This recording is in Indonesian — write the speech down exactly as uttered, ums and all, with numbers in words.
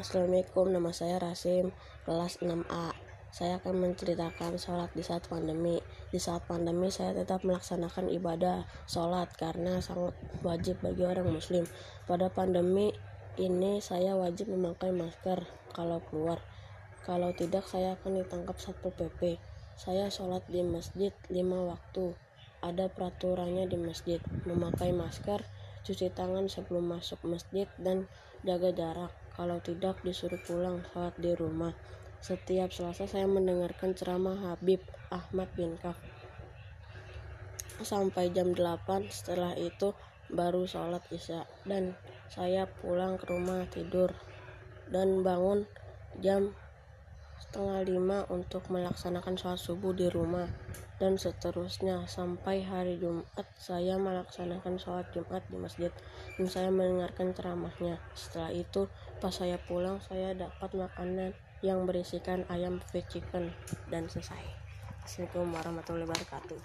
Assalamualaikum, nama saya Rasim, kelas enam A. Saya akan menceritakan sholat di saat pandemi. Di saat pandemi saya tetap melaksanakan ibadah sholat karena sangat wajib bagi orang muslim. Pada pandemi ini saya wajib memakai masker kalau keluar. Kalau tidak saya akan ditangkap Satpol P P. Saya sholat di masjid lima waktu. Ada peraturannya di masjid, memakai masker, cuci tangan sebelum masuk masjid, dan jaga jarak. Kalau tidak disuruh pulang sholat di rumah. Setiap Selasa saya mendengarkan ceramah Habib Ahmad bin Kaf sampai jam delapan. Setelah itu baru sholat isya dan saya pulang ke rumah tidur dan bangun jam setengah lima untuk melaksanakan sholat subuh di rumah, dan seterusnya sampai hari Jumat saya melaksanakan sholat Jumat di masjid dan saya mendengarkan ceramahnya. Setelah itu pas saya pulang saya dapat makanan yang berisikan ayam fried chicken dan selesai. Assalamualaikum warahmatullahi wabarakatuh.